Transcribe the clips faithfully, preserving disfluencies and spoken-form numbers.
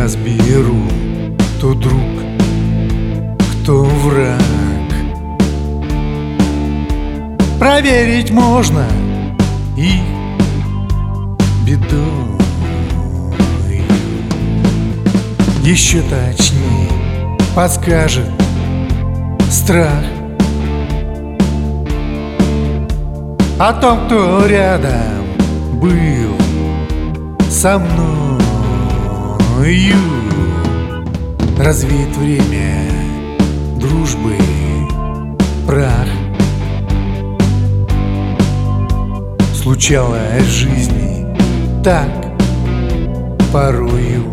разберу, кто друг, кто враг. Проверить можно и бедой, еще точнее подскажет страх о том, кто рядом был со мною. Развеет время дружбы прах. Случалось в жизни так порою.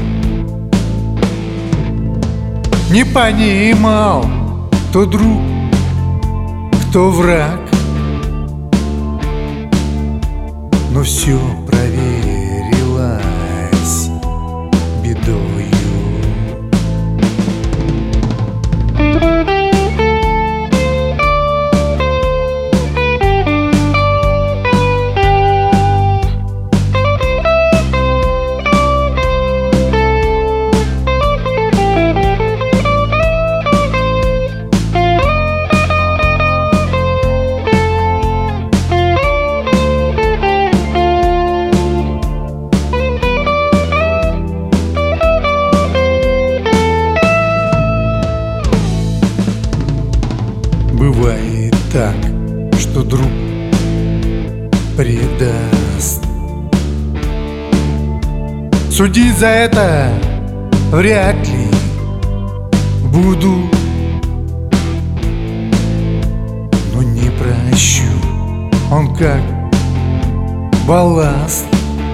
Не понимал, кто друг, кто враг, но все проверилось бедою. Бывает так, что друг предаст. Судить за это вряд ли буду, но не прощу, он как балласт.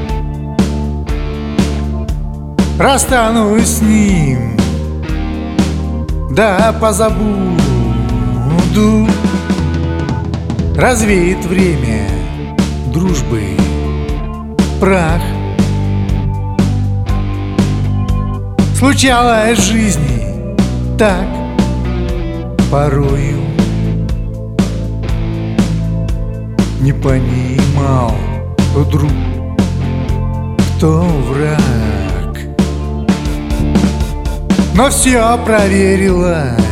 Расстанусь с ним, да позабуду. Развеет время дружбы прах. Случалось в жизни так порою. Не понимал, кто друг, кто враг, но все проверилось